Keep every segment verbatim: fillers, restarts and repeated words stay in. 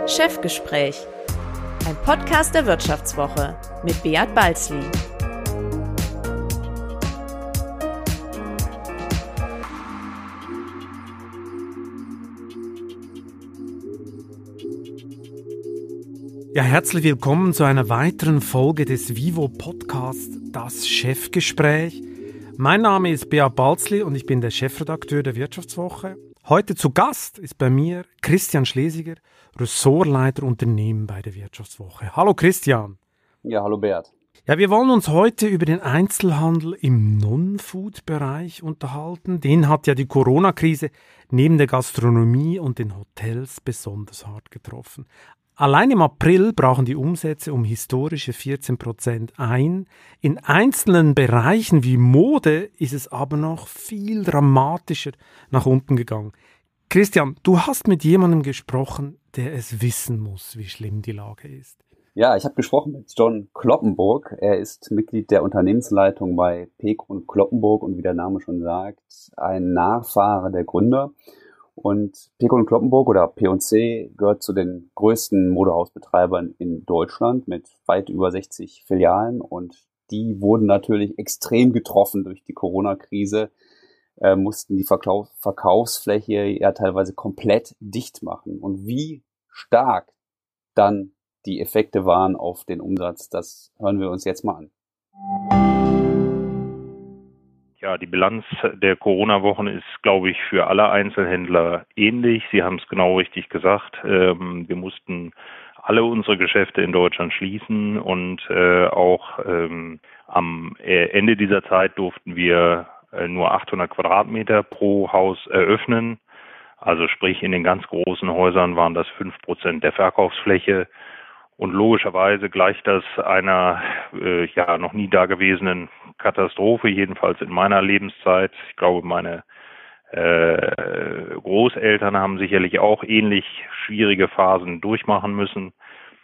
Chefgespräch, ein Podcast der Wirtschaftswoche mit Beat Balzli. Ja, herzlich willkommen zu einer weiteren Folge des Vivo Podcasts Das Chefgespräch. Mein Name ist Beat Balzli und ich bin der Chefredakteur der Wirtschaftswoche. Heute zu Gast ist bei mir Christian Schlesiger, Ressortleiter Unternehmen bei der Wirtschaftswoche. Hallo Christian. Ja, hallo Beat. Ja, wir wollen uns heute über den Einzelhandel im Non-Food-Bereich unterhalten. Den hat ja die Corona-Krise neben der Gastronomie und den Hotels besonders hart getroffen. Allein im April brachen die Umsätze um historische vierzehn Prozent ein. In einzelnen Bereichen wie Mode ist es aber noch viel dramatischer nach unten gegangen. Christian, du hast mit jemandem gesprochen, der es wissen muss, wie schlimm die Lage ist. Ja, ich habe gesprochen mit John Kloppenburg. Er ist Mitglied der Unternehmensleitung bei Peek und Kloppenburg und wie der Name schon sagt, ein Nachfahre der Gründer. Und Peek und Kloppenburg oder P und C gehört zu den größten Modehausbetreibern in Deutschland mit weit über sechzig Filialen und die wurden natürlich extrem getroffen durch die Corona-Krise, äh, mussten die Verkauf- Verkaufsfläche ja teilweise komplett dicht machen. Und wie stark dann die Effekte waren auf den Umsatz, das hören wir uns jetzt mal an. Ja, die Bilanz der Corona-Wochen ist, glaube ich, für alle Einzelhändler ähnlich. Sie haben es genau richtig gesagt. Ähm, wir mussten alle unsere Geschäfte in Deutschland schließen und äh, auch ähm, am Ende dieser Zeit durften wir äh, nur achthundert Quadratmeter pro Haus eröffnen. Also sprich, in den ganz großen Häusern waren das fünf Prozent der Verkaufsfläche. Und logischerweise gleicht das einer äh, ja noch nie dagewesenen Katastrophe, jedenfalls in meiner Lebenszeit. Ich glaube, meine äh, Großeltern haben sicherlich auch ähnlich schwierige Phasen durchmachen müssen.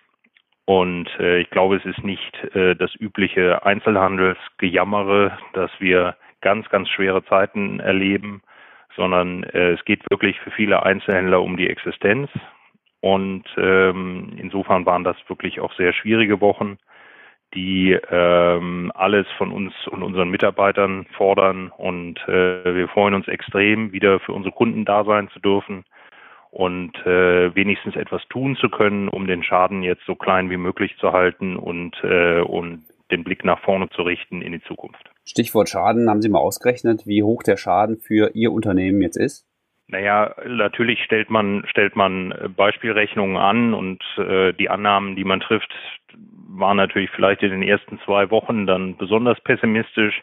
Und äh, ich glaube, es ist nicht äh, das übliche Einzelhandelsgejammere, dass wir ganz, ganz schwere Zeiten erleben, sondern äh, es geht wirklich für viele Einzelhändler um die Existenz. Und ähm, insofern waren das wirklich auch sehr schwierige Wochen, die ähm, alles von uns und unseren Mitarbeitern fordern. Und äh, wir freuen uns extrem, wieder für unsere Kunden da sein zu dürfen und äh, wenigstens etwas tun zu können, um den Schaden jetzt so klein wie möglich zu halten und, äh, und den Blick nach vorne zu richten in die Zukunft. Stichwort Schaden, haben Sie mal ausgerechnet, wie hoch der Schaden für Ihr Unternehmen jetzt ist? Naja, natürlich stellt man stellt man Beispielrechnungen an und äh, die Annahmen, die man trifft, waren natürlich vielleicht in den ersten zwei Wochen dann besonders pessimistisch.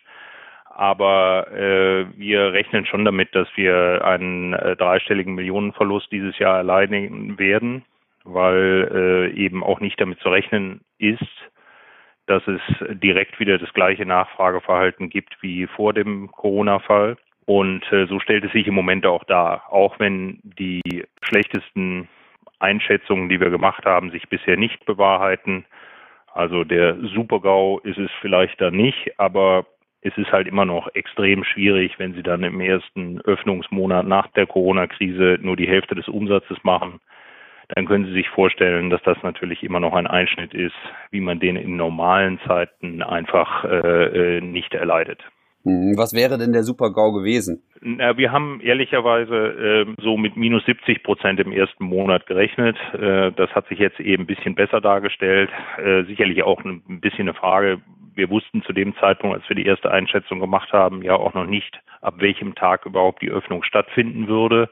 Aber äh, wir rechnen schon damit, dass wir einen äh, dreistelligen Millionenverlust dieses Jahr erleiden werden, weil äh, eben auch nicht damit zu rechnen ist, dass es direkt wieder das gleiche Nachfrageverhalten gibt wie vor dem Corona-Fall. Und äh, so stellt es sich im Moment auch dar, auch wenn die schlechtesten Einschätzungen, die wir gemacht haben, sich bisher nicht bewahrheiten. Also der Super-GAU ist es vielleicht da nicht, aber es ist halt immer noch extrem schwierig, wenn Sie dann im ersten Öffnungsmonat nach der Corona-Krise nur die Hälfte des Umsatzes machen. Dann können Sie sich vorstellen, dass das natürlich immer noch ein Einschnitt ist, wie man den in normalen Zeiten einfach äh, nicht erleidet. Was wäre denn der Super-GAU gewesen? Na, wir haben ehrlicherweise äh, so mit minus siebzig Prozent im ersten Monat gerechnet. Äh, das hat sich jetzt eben ein bisschen besser dargestellt. Äh, sicherlich auch ein bisschen eine Frage. Wir wussten zu dem Zeitpunkt, als wir die erste Einschätzung gemacht haben, ja auch noch nicht, ab welchem Tag überhaupt die Öffnung stattfinden würde.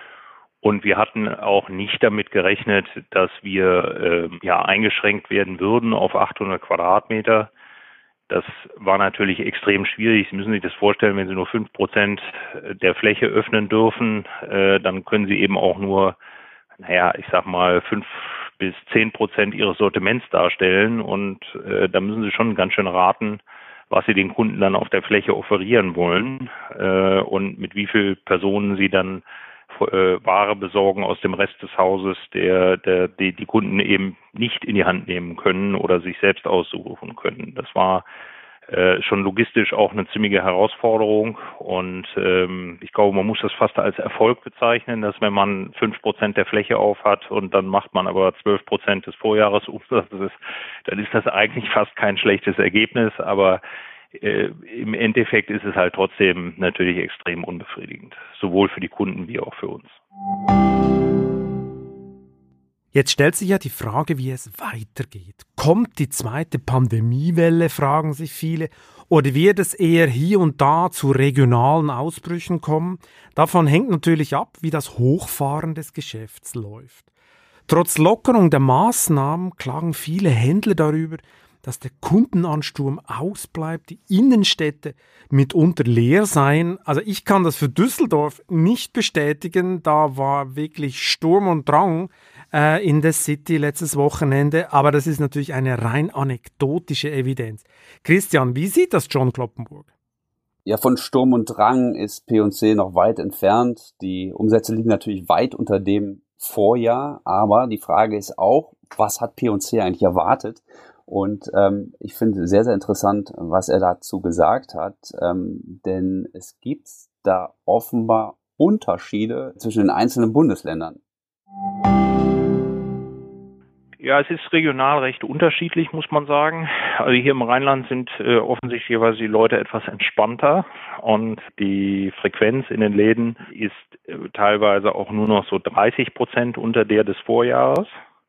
Und wir hatten auch nicht damit gerechnet, dass wir äh, ja eingeschränkt werden würden auf achthundert Quadratmeter. Das war natürlich extrem schwierig. Sie müssen sich das vorstellen, wenn Sie nur fünf Prozent der Fläche öffnen dürfen, äh, dann können Sie eben auch nur, naja, ich sag mal, fünf bis zehn Prozent Ihres Sortiments darstellen. Und äh, da müssen Sie schon ganz schön raten, was Sie den Kunden dann auf der Fläche offerieren wollen äh, und mit wie vielen Personen Sie dann äh, Ware besorgen aus dem Rest des Hauses, der, der die, die Kunden eben nicht in die Hand nehmen können oder sich selbst aussuchen können. Das war äh, schon logistisch auch eine ziemliche Herausforderung. Und ähm, ich glaube, man muss das fast als Erfolg bezeichnen, dass wenn man fünf Prozent der Fläche auf hat und dann macht man aber zwölf Prozent des Vorjahresumsatzes, dann ist das eigentlich fast kein schlechtes Ergebnis. Aber äh, im Endeffekt ist es halt trotzdem natürlich extrem unbefriedigend, sowohl für die Kunden wie auch für uns. Jetzt stellt sich ja die Frage, wie es weitergeht. Kommt die zweite Pandemiewelle, fragen sich viele, oder wird es eher hier und da zu regionalen Ausbrüchen kommen? Davon hängt natürlich ab, wie das Hochfahren des Geschäfts läuft. Trotz Lockerung der Maßnahmen klagen viele Händler darüber, dass der Kundenansturm ausbleibt, die Innenstädte mitunter leer seien. Also ich kann das für Düsseldorf nicht bestätigen, da war wirklich Sturm und Drang äh, in der City letztes Wochenende, aber das ist natürlich eine rein anekdotische Evidenz. Christian, wie sieht das John Kloppenburg? Ja, von Sturm und Drang ist P und C noch weit entfernt. Die Umsätze liegen natürlich weit unter dem Vorjahr, aber die Frage ist auch, was hat P und C eigentlich erwartet? Und ähm, ich finde sehr, sehr interessant, was er dazu gesagt hat, ähm, denn es gibt da offenbar Unterschiede zwischen den einzelnen Bundesländern. Ja, es ist regional recht unterschiedlich, muss man sagen. Also hier im Rheinland sind äh, offensichtlich die Leute etwas entspannter und die Frequenz in den Läden ist äh, teilweise auch nur noch so dreißig Prozent unter der des Vorjahres.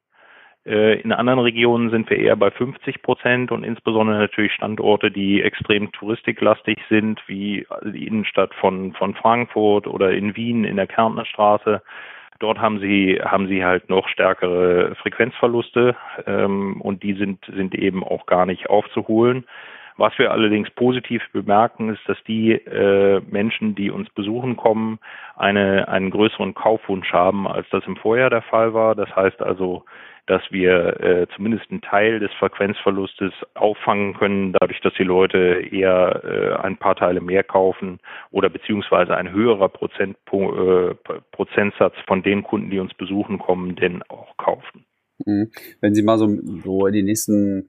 In anderen Regionen sind wir eher bei fünfzig Prozent und insbesondere natürlich Standorte, die extrem touristiklastig sind, wie die Innenstadt von, von Frankfurt oder in Wien in der Kärntner Straße. Dort haben sie, haben sie halt noch stärkere Frequenzverluste, ähm, und die sind, sind eben auch gar nicht aufzuholen. Was wir allerdings positiv bemerken, ist, dass die äh, Menschen, die uns besuchen kommen, eine, einen größeren Kaufwunsch haben, als das im Vorjahr der Fall war. Das heißt also, dass wir äh, zumindest einen Teil des Frequenzverlustes auffangen können, dadurch, dass die Leute eher äh, ein paar Teile mehr kaufen oder beziehungsweise ein höherer Prozentpunkt, äh, Prozentsatz von den Kunden, die uns besuchen kommen, denn auch kaufen. Wenn Sie mal so, so in die nächsten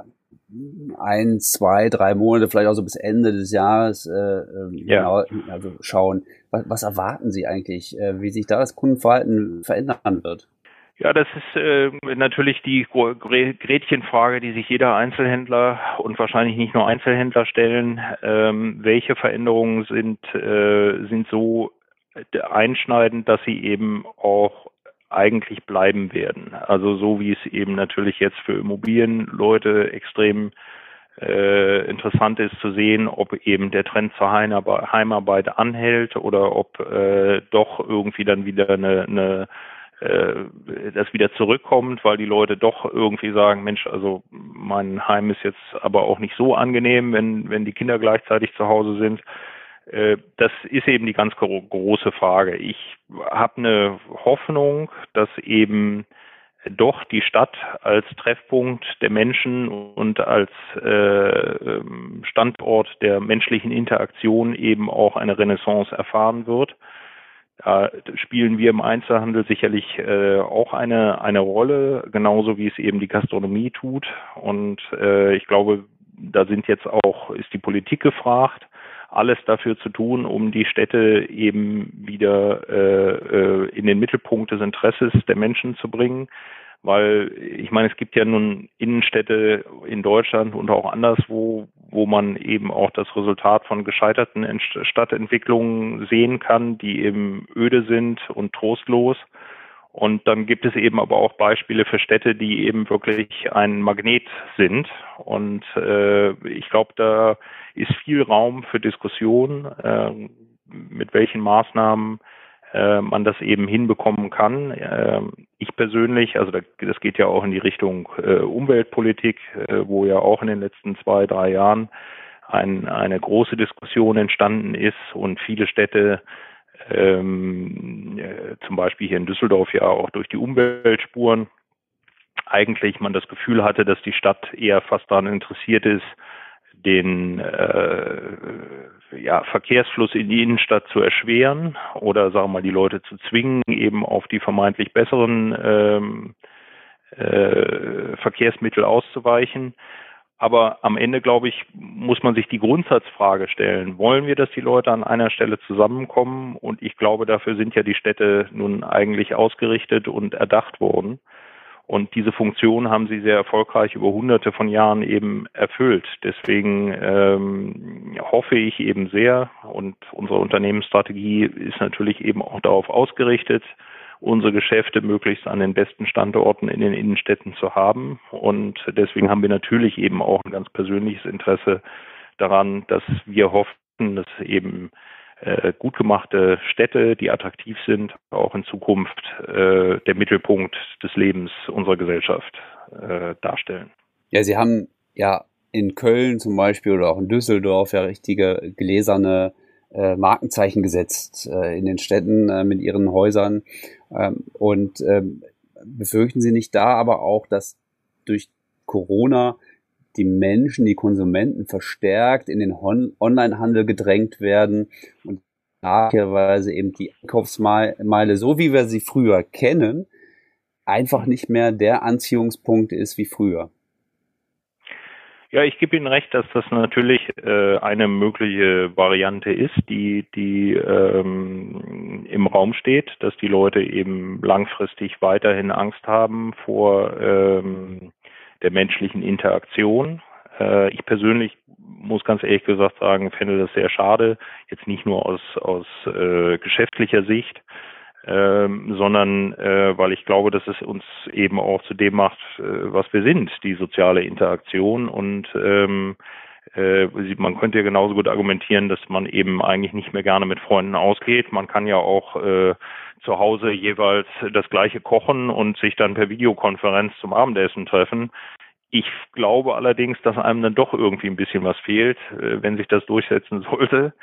ein, zwei, drei Monate, vielleicht auch so bis Ende des Jahres äh, ja. genau, also schauen, was, was erwarten Sie eigentlich, äh, wie sich da das Kundenverhalten verändern wird? Ja, das ist äh, natürlich die Gretchenfrage, die sich jeder Einzelhändler und wahrscheinlich nicht nur Einzelhändler stellen. Ähm, welche Veränderungen sind, äh, sind so einschneidend, dass sie eben auch eigentlich bleiben werden? Also so wie es eben natürlich jetzt für Immobilienleute extrem äh, interessant ist zu sehen, ob eben der Trend zur Heimarbeit anhält oder ob äh, doch irgendwie dann wieder eine, eine das wieder zurückkommt, weil die Leute doch irgendwie sagen, Mensch, also mein Heim ist jetzt aber auch nicht so angenehm, wenn wenn die Kinder gleichzeitig zu Hause sind. Das ist eben die ganz große Frage. Ich habe eine Hoffnung, dass eben doch die Stadt als Treffpunkt der Menschen und als äh, Standort der menschlichen Interaktion eben auch eine Renaissance erfahren wird. Da spielen wir im Einzelhandel sicherlich äh, auch eine eine Rolle, genauso wie es eben die Gastronomie tut. Und äh, ich glaube, da sind jetzt auch ist die Politik gefragt, alles dafür zu tun, um die Städte eben wieder äh, in den Mittelpunkt des Interesses der Menschen zu bringen. Weil ich meine, es gibt ja nun Innenstädte in Deutschland und auch anderswo, wo man eben auch das Resultat von gescheiterten Stadtentwicklungen sehen kann, die eben öde sind und trostlos. Und dann gibt es eben aber auch Beispiele für Städte, die eben wirklich ein Magnet sind. Und äh, ich glaube, da ist viel Raum für Diskussion, äh, mit welchen Maßnahmen man das eben hinbekommen kann. Ich persönlich, also das geht ja auch in die Richtung Umweltpolitik, wo ja auch in den letzten zwei, drei Jahren ein, eine große Diskussion entstanden ist und viele Städte, ähm, zum Beispiel hier in Düsseldorf ja auch durch die Umweltspuren, eigentlich man das Gefühl hatte, dass die Stadt eher fast daran interessiert ist, den äh, ja, Verkehrsfluss in die Innenstadt zu erschweren oder sagen wir mal die Leute zu zwingen, eben auf die vermeintlich besseren ähm, äh, Verkehrsmittel auszuweichen. Aber am Ende, glaube ich, muss man sich die Grundsatzfrage stellen. Wollen wir, dass die Leute an einer Stelle zusammenkommen? Und ich glaube, dafür sind ja die Städte nun eigentlich ausgerichtet und erdacht worden. Und diese Funktion haben sie sehr erfolgreich über hunderte von Jahren eben erfüllt. Deswegen ähm, hoffe ich eben sehr, und unsere Unternehmensstrategie ist natürlich eben auch darauf ausgerichtet, unsere Geschäfte möglichst an den besten Standorten in den Innenstädten zu haben. Und deswegen haben wir natürlich eben auch ein ganz persönliches Interesse daran, dass wir hoffen, dass eben äh, gut gemachte Städte, die attraktiv sind, auch in Zukunft äh, der Mittelpunkt des Lebens unserer Gesellschaft äh, darstellen. Ja, Sie haben ja in Köln zum Beispiel oder auch in Düsseldorf ja richtige gläserne äh, Markenzeichen gesetzt äh, in den Städten äh, mit ihren Häusern. Ähm, und ähm, befürchten Sie nicht da aber auch, dass durch Corona die Menschen, die Konsumenten verstärkt in den On- Onlinehandel gedrängt werden und teilweise eben die Einkaufsmeile, so wie wir sie früher kennen, einfach nicht mehr der Anziehungspunkt ist wie früher? Ja, ich gebe Ihnen recht, dass das natürlich äh, eine mögliche Variante ist, die, die ähm, im Raum steht, dass die Leute eben langfristig weiterhin Angst haben vor ähm, der menschlichen Interaktion. Äh, ich persönlich muss ganz ehrlich gesagt sagen, finde das sehr schade, jetzt nicht nur aus, aus äh, geschäftlicher Sicht, Ähm, sondern äh, weil ich glaube, dass es uns eben auch zu dem macht, äh, was wir sind, die soziale Interaktion. Und ähm, äh, man könnte ja genauso gut argumentieren, dass man eben eigentlich nicht mehr gerne mit Freunden ausgeht. Man kann ja auch äh, zu Hause jeweils das Gleiche kochen und sich dann per Videokonferenz zum Abendessen treffen. Ich glaube allerdings, dass einem dann doch irgendwie ein bisschen was fehlt, äh, wenn sich das durchsetzen sollte.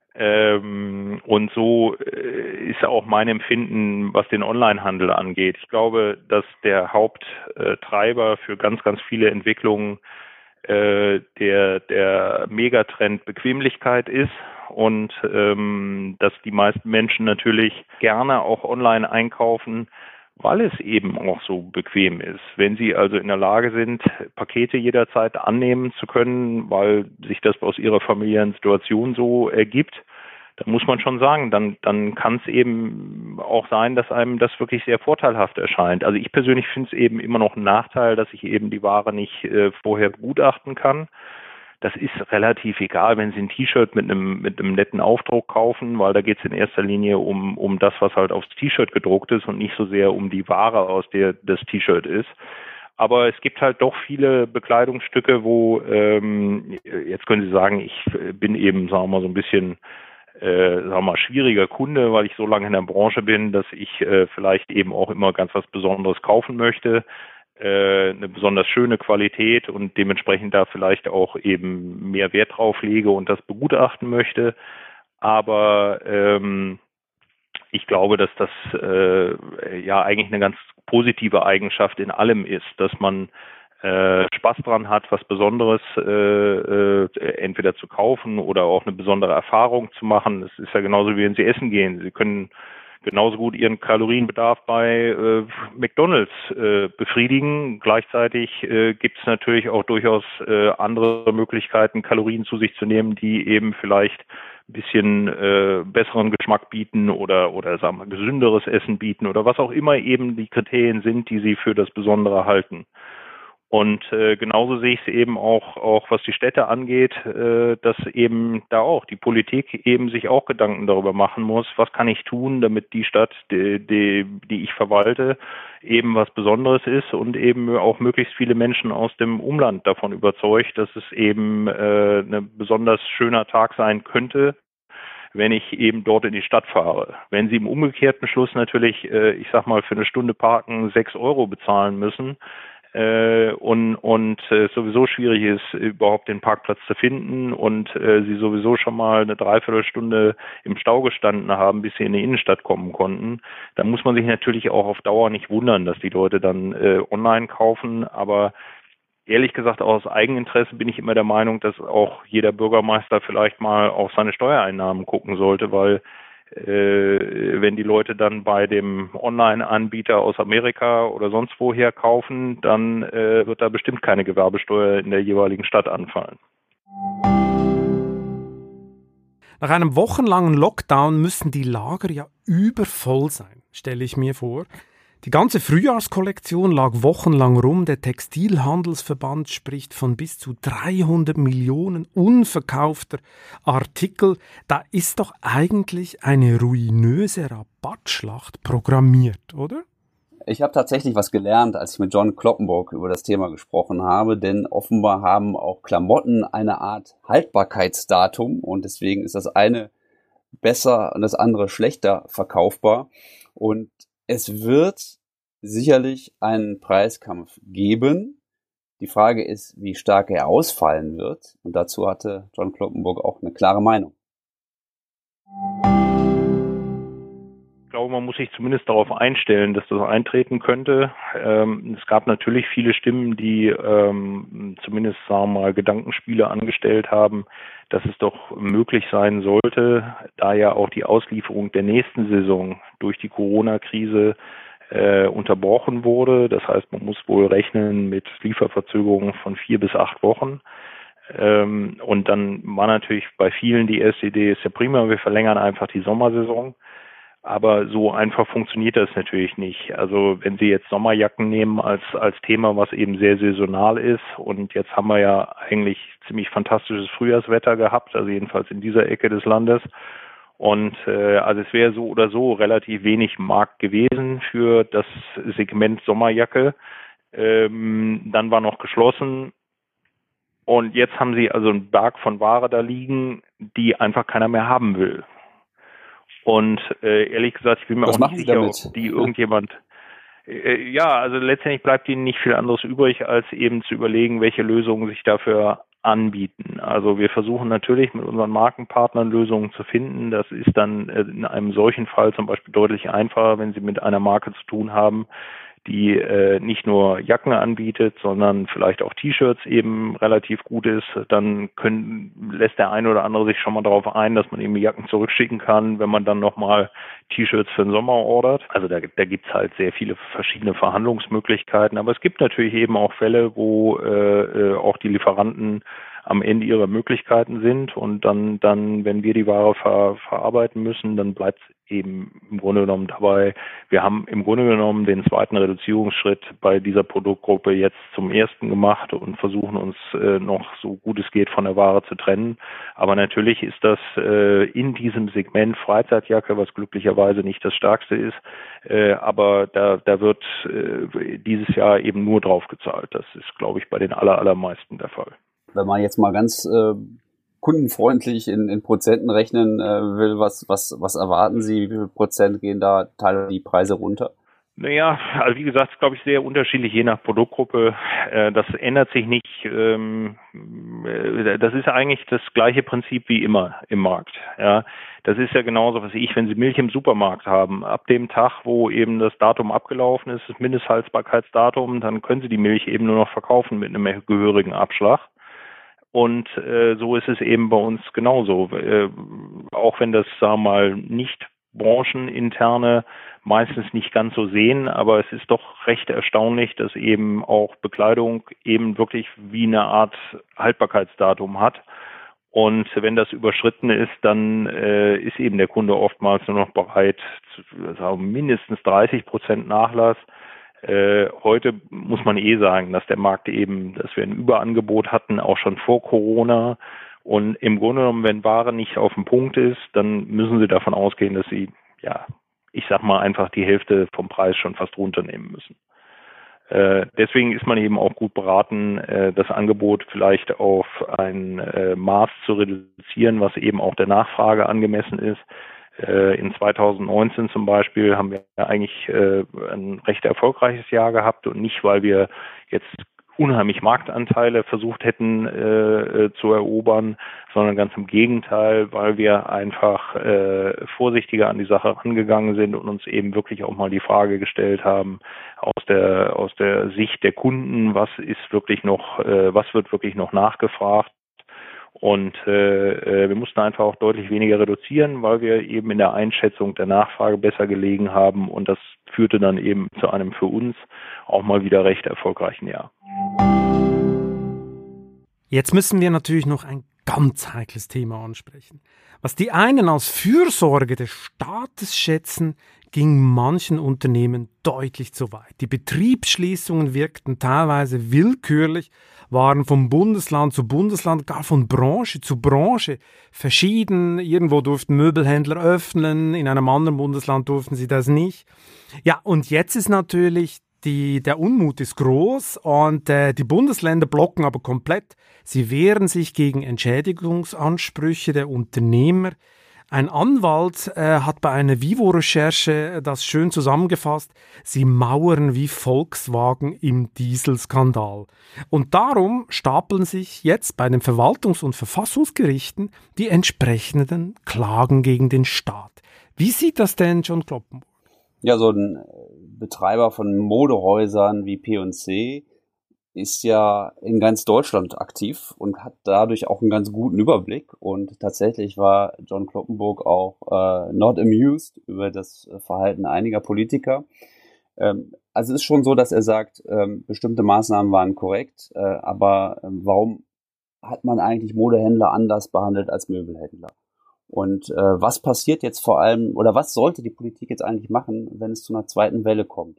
Ähm, und so äh, ist auch mein Empfinden, was den Onlinehandel angeht. Ich glaube, dass der Haupttreiber für ganz, ganz viele Entwicklungen äh, der, der Megatrend Bequemlichkeit ist und ähm, dass die meisten Menschen natürlich gerne auch online einkaufen, weil es eben auch so bequem ist. Wenn Sie also in der Lage sind, Pakete jederzeit annehmen zu können, weil sich das aus Ihrer familiären Situation so ergibt, dann muss man schon sagen, dann, dann kann es eben auch sein, dass einem das wirklich sehr vorteilhaft erscheint. Also ich persönlich finde es eben immer noch ein Nachteil, dass ich eben die Ware nicht äh, vorher begutachten kann. Das ist relativ egal, wenn Sie ein T-Shirt mit einem mit einem netten Aufdruck kaufen, weil da geht es in erster Linie um um das, was halt aufs T-Shirt gedruckt ist und nicht so sehr um die Ware, aus der das T-Shirt ist. Aber es gibt halt doch viele Bekleidungsstücke, wo ähm, jetzt können Sie sagen, ich bin eben, sagen wir mal, so ein bisschen äh, sagen wir mal, schwieriger Kunde, weil ich so lange in der Branche bin, dass ich äh, vielleicht eben auch immer ganz was Besonderes kaufen möchte. Eine besonders schöne Qualität und dementsprechend da vielleicht auch eben mehr Wert drauf lege und das begutachten möchte. Aber ähm, ich glaube, dass das äh, ja eigentlich eine ganz positive Eigenschaft in allem ist, dass man äh, Spaß dran hat, was Besonderes äh, äh, entweder zu kaufen oder auch eine besondere Erfahrung zu machen. Das ist ja genauso wie wenn Sie essen gehen. Sie können genauso gut Ihren Kalorienbedarf bei äh, McDonald's äh, befriedigen. Gleichzeitig äh, gibt es natürlich auch durchaus äh, andere Möglichkeiten, Kalorien zu sich zu nehmen, die eben vielleicht ein bisschen äh, besseren Geschmack bieten oder oder sagen wir gesünderes Essen bieten oder was auch immer eben die Kriterien sind, die Sie für das Besondere halten. Und äh, genauso sehe ich es eben auch, auch was die Städte angeht, äh, dass eben da auch die Politik eben sich auch Gedanken darüber machen muss, was kann ich tun, damit die Stadt, die, die, die ich verwalte, eben was Besonderes ist und eben auch möglichst viele Menschen aus dem Umland davon überzeugt, dass es eben äh, ein besonders schöner Tag sein könnte, wenn ich eben dort in die Stadt fahre. Wenn Sie im umgekehrten Schluss natürlich, äh, ich sag mal, für eine Stunde Parken sechs Euro bezahlen müssen, Äh, und und äh, sowieso schwierig ist, überhaupt den Parkplatz zu finden und äh, sie sowieso schon mal eine Dreiviertelstunde im Stau gestanden haben, bis sie in die Innenstadt kommen konnten, dann muss man sich natürlich auch auf Dauer nicht wundern, dass die Leute dann äh, online kaufen. Aber ehrlich gesagt, aus Eigeninteresse bin ich immer der Meinung, dass auch jeder Bürgermeister vielleicht mal auf seine Steuereinnahmen gucken sollte, weil äh, wenn die Leute dann bei dem Online-Anbieter aus Amerika oder sonst woher kaufen, dann äh, wird da bestimmt keine Gewerbesteuer in der jeweiligen Stadt anfallen. Nach einem wochenlangen Lockdown müssen die Lager ja übervoll sein, stelle ich mir vor. Die ganze Frühjahrskollektion lag wochenlang rum. Der Textilhandelsverband spricht von bis zu dreihundert Millionen unverkaufter Artikel. Da ist doch eigentlich eine ruinöse Rabattschlacht programmiert, oder? Ich habe tatsächlich was gelernt, als ich mit John Kloppenburg über das Thema gesprochen habe, denn offenbar haben auch Klamotten eine Art Haltbarkeitsdatum und deswegen ist das eine besser und das andere schlechter verkaufbar. Und es wird sicherlich einen Preiskampf geben. Die Frage ist, wie stark er ausfallen wird. Und dazu hatte John Kloppenburg auch eine klare Meinung. Ich glaube, man muss sich zumindest darauf einstellen, dass das eintreten könnte. Ähm, es gab natürlich viele Stimmen, die ähm, zumindest, sagen wir mal, Gedankenspiele angestellt haben, dass es doch möglich sein sollte, da ja auch die Auslieferung der nächsten Saison durch die Corona-Krise äh, unterbrochen wurde. Das heißt, man muss wohl rechnen mit Lieferverzögerungen von vier bis acht Wochen. Ähm, und dann war natürlich bei vielen die erste Idee, ist ja prima, wir verlängern einfach die Sommersaison. Aber so einfach funktioniert das natürlich nicht. Also wenn Sie jetzt Sommerjacken nehmen als als Thema, was eben sehr saisonal ist und jetzt haben wir ja eigentlich ziemlich fantastisches Frühjahrswetter gehabt, also jedenfalls in dieser Ecke des Landes. Und äh, also es wäre so oder so relativ wenig Markt gewesen für das Segment Sommerjacke. Ähm, dann war noch geschlossen. Und jetzt haben Sie also einen Berg von Ware da liegen, die einfach keiner mehr haben will. Und äh, ehrlich gesagt, ich bin mir Was auch nicht sicher, damit? ob die irgendjemand... Äh, ja, also letztendlich bleibt ihnen nicht viel anderes übrig, als eben zu überlegen, welche Lösungen sich dafür anbieten. Also wir versuchen natürlich mit unseren Markenpartnern Lösungen zu finden. Das ist dann in einem solchen Fall zum Beispiel deutlich einfacher, wenn Sie mit einer Marke zu tun haben, die äh, nicht nur Jacken anbietet, sondern vielleicht auch T-Shirts eben relativ gut ist, dann können, lässt der eine oder andere sich schon mal darauf ein, dass man eben Jacken zurückschicken kann, wenn man dann nochmal T-Shirts für den Sommer ordert. Also da, da gibt's halt sehr viele verschiedene Verhandlungsmöglichkeiten, aber es gibt natürlich eben auch Fälle, wo äh, auch die Lieferanten am Ende ihrer Möglichkeiten sind und dann, dann, wenn wir die Ware ver, verarbeiten müssen, dann bleibt es eben im Grunde genommen dabei. Wir haben im Grunde genommen den zweiten Reduzierungsschritt bei dieser Produktgruppe jetzt zum ersten gemacht und versuchen uns äh, noch so gut es geht von der Ware zu trennen. Aber natürlich ist das äh, in diesem Segment Freizeitjacke, was glücklicherweise nicht das stärkste ist, äh, aber da, da wird äh, dieses Jahr eben nur drauf gezahlt. Das ist, glaube ich, bei den aller, allermeisten der Fall. Wenn man jetzt mal ganz äh, kundenfreundlich in, in Prozenten rechnen äh, will, was, was, was erwarten Sie? Wie viel Prozent gehen da teilweise die Preise runter? Naja, also wie gesagt, glaube ich, sehr unterschiedlich je nach Produktgruppe. Äh, das ändert sich nicht. Ähm, äh, das ist eigentlich das gleiche Prinzip wie immer im Markt. Ja, das ist ja genauso, was ich, wenn Sie Milch im Supermarkt haben, ab dem Tag, wo eben das Datum abgelaufen ist, das Mindesthaltbarkeitsdatum, dann können Sie die Milch eben nur noch verkaufen mit einem gehörigen Abschlag. Und äh, so ist es eben bei uns genauso. Äh, auch wenn das, sagen wir mal, nicht brancheninterne meistens nicht ganz so sehen, aber es ist doch recht erstaunlich, dass eben auch Bekleidung eben wirklich wie eine Art Haltbarkeitsdatum hat. Und wenn das überschritten ist, dann äh, ist eben der Kunde oftmals nur noch bereit, zu, sagen, mindestens dreißig Prozent Nachlass. Äh, heute muss man eh sagen, dass der Markt eben, dass wir ein Überangebot hatten, auch schon vor Corona. Und im Grunde genommen, wenn Ware nicht auf dem Punkt ist, dann müssen Sie davon ausgehen, dass Sie, ja, ich sag mal, einfach die Hälfte vom Preis schon fast runternehmen müssen. Äh, deswegen ist man eben auch gut beraten, äh, das Angebot vielleicht auf ein äh, Maß zu reduzieren, was eben auch der Nachfrage angemessen ist. In zweitausendneunzehn zum Beispiel haben wir eigentlich äh, ein recht erfolgreiches Jahr gehabt und nicht, weil wir jetzt unheimlich Marktanteile versucht hätten äh, zu erobern, sondern ganz im Gegenteil, weil wir einfach äh, vorsichtiger an die Sache rangegangen sind und uns eben wirklich auch mal die Frage gestellt haben, aus der aus der Sicht der Kunden, was ist wirklich noch, äh, was wird wirklich noch nachgefragt. Und äh, wir mussten einfach auch deutlich weniger reduzieren, weil wir eben in der Einschätzung der Nachfrage besser gelegen haben. Und das führte dann eben zu einem für uns auch mal wieder recht erfolgreichen Jahr. Jetzt müssen wir natürlich noch ein ganz heikles Thema ansprechen. Was die einen als Fürsorge des Staates schätzen, ging manchen Unternehmen deutlich zu weit. Die Betriebsschließungen wirkten teilweise willkürlich, waren von Bundesland zu Bundesland, gar von Branche zu Branche verschieden. Irgendwo durften Möbelhändler öffnen, in einem anderen Bundesland durften sie das nicht. Ja, und jetzt ist natürlich Die, der Unmut ist groß und äh, die Bundesländer blocken aber komplett. Sie wehren sich gegen Entschädigungsansprüche der Unternehmer. Ein Anwalt äh, hat bei einer Vivo-Recherche das schön zusammengefasst. Sie mauern wie Volkswagen im Dieselskandal. Und darum stapeln sich jetzt bei den Verwaltungs- und Verfassungsgerichten die entsprechenden Klagen gegen den Staat. Wie sieht das denn John Kloppenburg? Ja, so ein Betreiber von Modehäusern wie P und C ist ja in ganz Deutschland aktiv und hat dadurch auch einen ganz guten Überblick. Und tatsächlich war John Kloppenburg auch äh, not amused über das Verhalten einiger Politiker. Ähm, also es ist schon so, dass er sagt, ähm, bestimmte Maßnahmen waren korrekt, äh, aber äh, warum hat man eigentlich Modehändler anders behandelt als Möbelhändler? Und äh, was passiert jetzt vor allem, oder was sollte die Politik jetzt eigentlich machen, wenn es zu einer zweiten Welle kommt?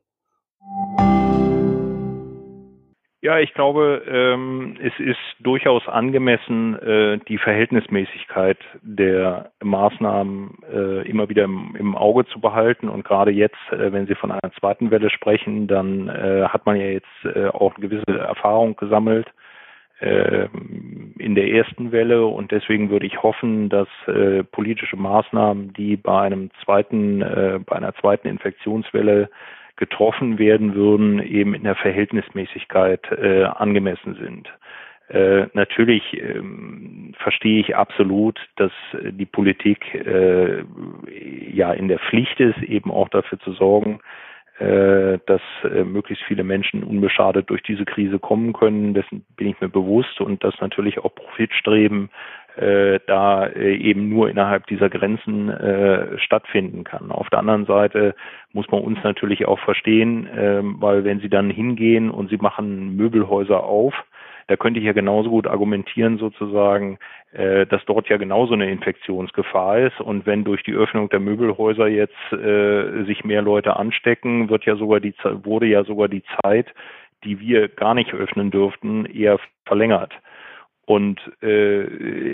Ja, ich glaube, ähm, es ist durchaus angemessen, äh, die Verhältnismäßigkeit der Maßnahmen äh, immer wieder im, im Auge zu behalten. Und gerade jetzt, äh, wenn Sie von einer zweiten Welle sprechen, dann äh, hat man ja jetzt äh, auch eine gewisse Erfahrung gesammelt in der ersten Welle, und deswegen würde ich hoffen, dass äh, politische Maßnahmen, die bei einem zweiten, äh, bei einer zweiten Infektionswelle getroffen werden würden, eben in der Verhältnismäßigkeit äh, angemessen sind. Äh, natürlich ähm, verstehe ich absolut, dass die Politik äh, ja in der Pflicht ist, eben auch dafür zu sorgen, dass äh, möglichst viele Menschen unbeschadet durch diese Krise kommen können. Dessen bin ich mir bewusst, und dass natürlich auch Profitstreben äh, da äh, eben nur innerhalb dieser Grenzen äh, stattfinden kann. Auf der anderen Seite muss man uns natürlich auch verstehen, äh, weil wenn Sie dann hingehen und Sie machen Möbelhäuser auf, da könnte ich ja genauso gut argumentieren sozusagen, äh, dass dort ja genauso eine Infektionsgefahr ist. Und wenn durch die Öffnung der Möbelhäuser jetzt äh, sich mehr Leute anstecken, wird ja sogar die wurde ja sogar die Zeit, die wir gar nicht öffnen dürften, eher verlängert. Und äh,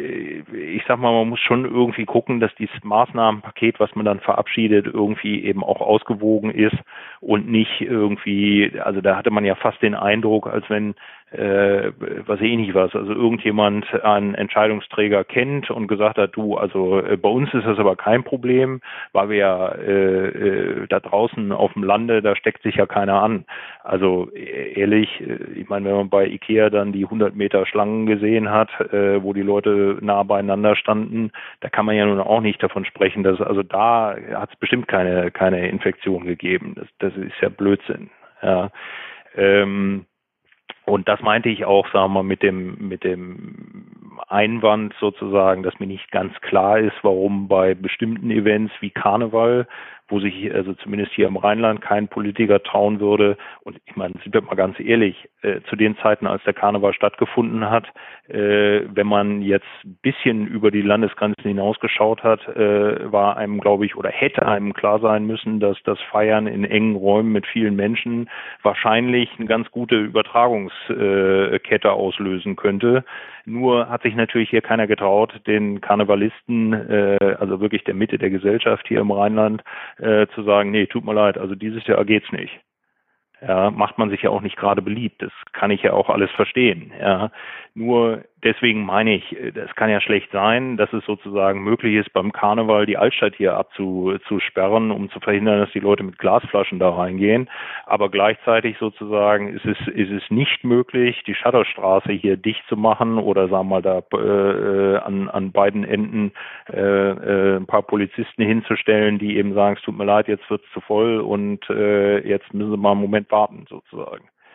ich sag mal, man muss schon irgendwie gucken, dass dieses Maßnahmenpaket, was man dann verabschiedet, irgendwie eben auch ausgewogen ist und nicht irgendwie, also da hatte man ja fast den Eindruck, als wenn, äh, was eh nicht was, also irgendjemand einen Entscheidungsträger kennt und gesagt hat, du, also äh, bei uns ist das aber kein Problem, weil wir ja äh, äh, da draußen auf dem Lande, da steckt sich ja keiner an. Also äh, ehrlich, äh, ich meine, wenn man bei Ikea dann die hundert Meter Schlangen gesehen hat, äh, wo die Leute nah beieinander standen, da kann man ja nun auch nicht davon sprechen, dass, also da hat es bestimmt keine keine Infektion gegeben. Das, das ist ja Blödsinn. Ja. Ähm, und das meinte ich auch, sagen wir mal, mit dem mit dem Einwand sozusagen, dass mir nicht ganz klar ist, warum bei bestimmten Events wie Karneval, wo sich also zumindest hier im Rheinland kein Politiker trauen würde, und ich meine, sind wir mal ganz ehrlich, äh, zu den Zeiten, als der Karneval stattgefunden hat, äh, wenn man jetzt ein bisschen über die Landesgrenzen hinausgeschaut hat, äh, war einem, glaube ich, oder hätte einem klar sein müssen, dass das Feiern in engen Räumen mit vielen Menschen wahrscheinlich eine ganz gute Übertragungskette äh, auslösen könnte. Nur hat sich natürlich hier keiner getraut, den Karnevalisten, äh, also wirklich der Mitte der Gesellschaft hier im Rheinland, äh, zu sagen, nee, tut mir leid, also dieses Jahr geht's nicht. Ja, macht man sich ja auch nicht gerade beliebt. Das kann ich ja auch alles verstehen. Ja, nur deswegen meine ich, das kann ja schlecht sein, dass es sozusagen möglich ist, beim Karneval die Altstadt hier abzusperren, um zu verhindern, dass die Leute mit Glasflaschen da reingehen. Aber gleichzeitig sozusagen ist es, ist es nicht möglich, die Schotterstraße hier dicht zu machen oder sagen wir mal da äh, an, an beiden Enden äh, äh, ein paar Polizisten hinzustellen, die eben sagen, es tut mir leid, jetzt wird's zu voll und äh, jetzt müssen Sie mal einen Moment warten sozusagen.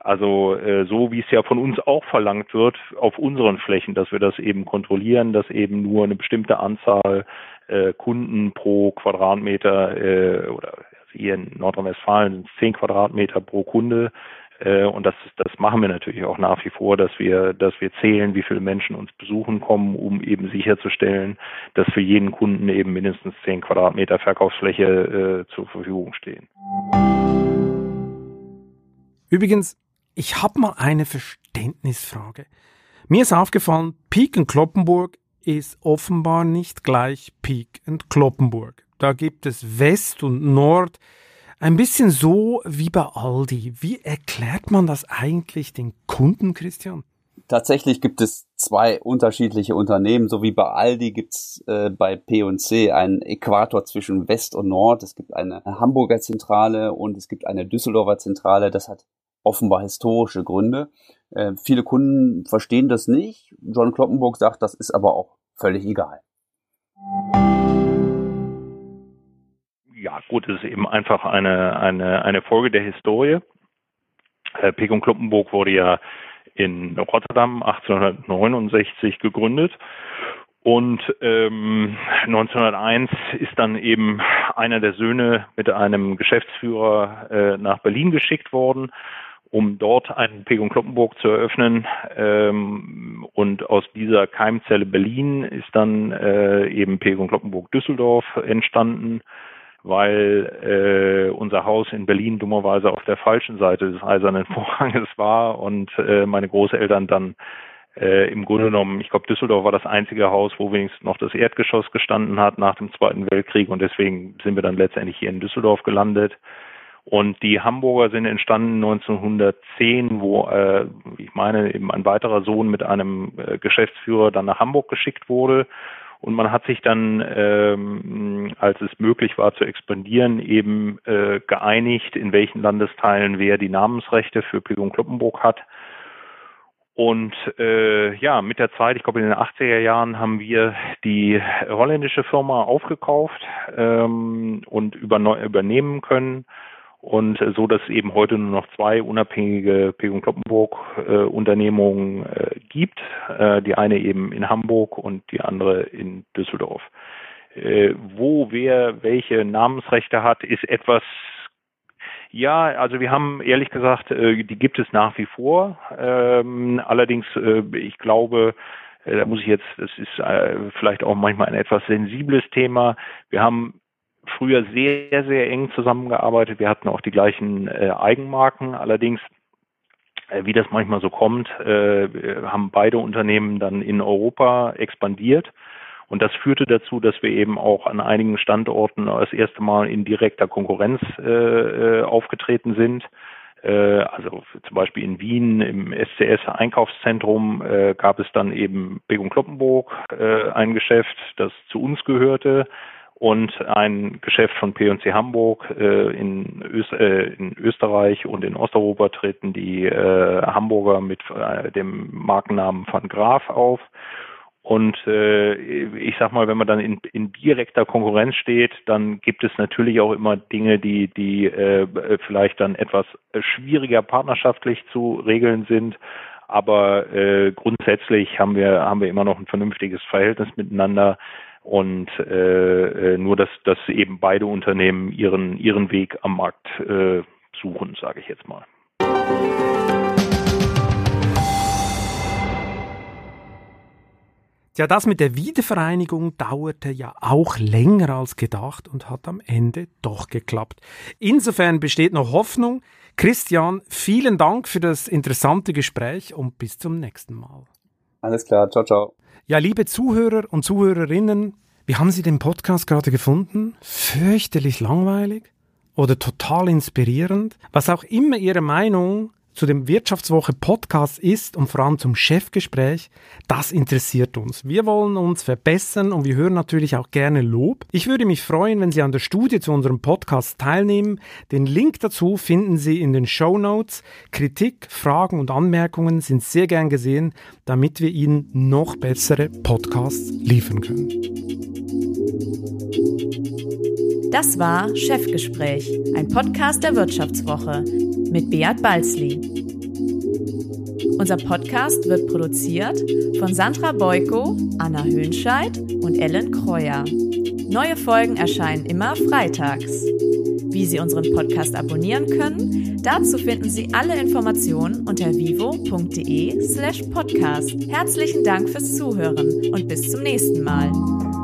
Also äh, so wie es ja von uns auch verlangt wird auf unseren Flächen, dass wir das eben kontrollieren, dass eben nur eine bestimmte Anzahl äh, Kunden pro Quadratmeter äh, oder hier in Nordrhein-Westfalen sind es zehn Quadratmeter pro Kunde. Und das, das machen wir natürlich auch nach wie vor, dass wir, dass wir zählen, wie viele Menschen uns besuchen kommen, um eben sicherzustellen, dass für jeden Kunden eben mindestens zehn Quadratmeter Verkaufsfläche äh, zur Verfügung stehen. Übrigens, ich habe mal eine Verständnisfrage. Mir ist aufgefallen, Peek und Cloppenburg ist offenbar nicht gleich Peek und Cloppenburg. Da gibt es West und Nord. Ein bisschen so wie bei Aldi. Wie erklärt man das eigentlich den Kunden, Christian? Tatsächlich gibt es zwei unterschiedliche Unternehmen. So wie bei Aldi gibt es äh, bei P und C einen Äquator zwischen West und Nord. Es gibt eine Hamburger Zentrale und es gibt eine Düsseldorfer Zentrale. Das hat offenbar historische Gründe. Äh, viele Kunden verstehen das nicht. John Cloppenburg sagt, das ist aber auch völlig egal. Ja, gut, es ist eben einfach eine, eine, eine Folge der Historie. Äh, Peek und Cloppenburg wurde ja in Rotterdam achtzehnhundertneunundsechzig gegründet und ähm, neunzehnhunderteins ist dann eben einer der Söhne mit einem Geschäftsführer äh, nach Berlin geschickt worden, um dort einen Peek und Cloppenburg zu eröffnen. Ähm, und aus dieser Keimzelle Berlin ist dann äh, eben Peek und Cloppenburg Düsseldorf entstanden, weil äh, unser Haus in Berlin dummerweise auf der falschen Seite des Eisernen Vorhanges war und äh, meine Großeltern dann äh, im Grunde genommen, ich glaube Düsseldorf war das einzige Haus, wo wenigstens noch das Erdgeschoss gestanden hat nach dem Zweiten Weltkrieg und deswegen sind wir dann letztendlich hier in Düsseldorf gelandet. Und die Hamburger sind entstanden neunzehnhundertzehn, wo äh, ich meine eben ein weiterer Sohn mit einem äh, Geschäftsführer dann nach Hamburg geschickt wurde. Und man hat sich dann, ähm, als es möglich war zu expandieren, eben äh, geeinigt, in welchen Landesteilen wer die Namensrechte für Peek und Cloppenburg hat. Und äh, ja, mit der Zeit, ich glaube in den achtziger Jahren, haben wir die holländische Firma aufgekauft ähm, und überne- übernehmen können. Und äh, so, dass es eben heute nur noch zwei unabhängige Peek und Cloppenburg äh, Unternehmungen äh, gibt. Äh, die eine eben in Hamburg und die andere in Düsseldorf. Äh, wo wer welche Namensrechte hat, ist etwas, ja, also wir haben ehrlich gesagt, äh, die gibt es nach wie vor. Ähm, allerdings, äh, ich glaube, äh, da muss ich jetzt, das ist äh, vielleicht auch manchmal ein etwas sensibles Thema. Wir haben früher sehr, sehr eng zusammengearbeitet. Wir hatten auch die gleichen äh, Eigenmarken. Allerdings, äh, wie das manchmal so kommt, äh, haben beide Unternehmen dann in Europa expandiert. Und das führte dazu, dass wir eben auch an einigen Standorten das erste Mal in direkter Konkurrenz äh, aufgetreten sind. Äh, also zum Beispiel in Wien im S C S-Einkaufszentrum äh, gab es dann eben Peek und Cloppenburg, äh, ein Geschäft, das zu uns gehörte. Und ein Geschäft von P und C Hamburg äh, in, Öst, äh, in Österreich und in Osteuropa treten die äh, Hamburger mit äh, dem Markennamen Van Graaf auf. Und äh, ich sag mal, wenn man dann in, in direkter Konkurrenz steht, dann gibt es natürlich auch immer Dinge, die, die äh, vielleicht dann etwas schwieriger partnerschaftlich zu regeln sind. Aber äh, grundsätzlich haben wir haben wir immer noch ein vernünftiges Verhältnis miteinander. Und äh, nur, dass, dass eben beide Unternehmen ihren, ihren Weg am Markt äh, suchen, sage ich jetzt mal. Ja, das mit der Wiedervereinigung dauerte ja auch länger als gedacht und hat am Ende doch geklappt. Insofern besteht noch Hoffnung. Christian, vielen Dank für das interessante Gespräch und bis zum nächsten Mal. Alles klar, ciao, ciao. Ja, liebe Zuhörer und Zuhörerinnen, wie haben Sie den Podcast gerade gefunden? Fürchterlich langweilig oder total inspirierend? Was auch immer Ihre Meinung zu dem Wirtschaftswoche Podcast ist und vor allem zum Chefgespräch, das interessiert uns. Wir wollen uns verbessern und wir hören natürlich auch gerne Lob. Ich würde mich freuen, wenn Sie an der Studie zu unserem Podcast teilnehmen. Den Link dazu finden Sie in den Shownotes. Kritik, Fragen und Anmerkungen sind sehr gern gesehen, damit wir Ihnen noch bessere Podcasts liefern können. Das war Chefgespräch, ein Podcast der Wirtschaftswoche mit Beat Balzli. Unser Podcast wird produziert von Sandra Beuko, Anna Höhnscheid und Ellen Kreuer. Neue Folgen erscheinen immer freitags. Wie Sie unseren Podcast abonnieren können, dazu finden Sie alle Informationen unter vivo.de slash podcast. Herzlichen Dank fürs Zuhören und bis zum nächsten Mal.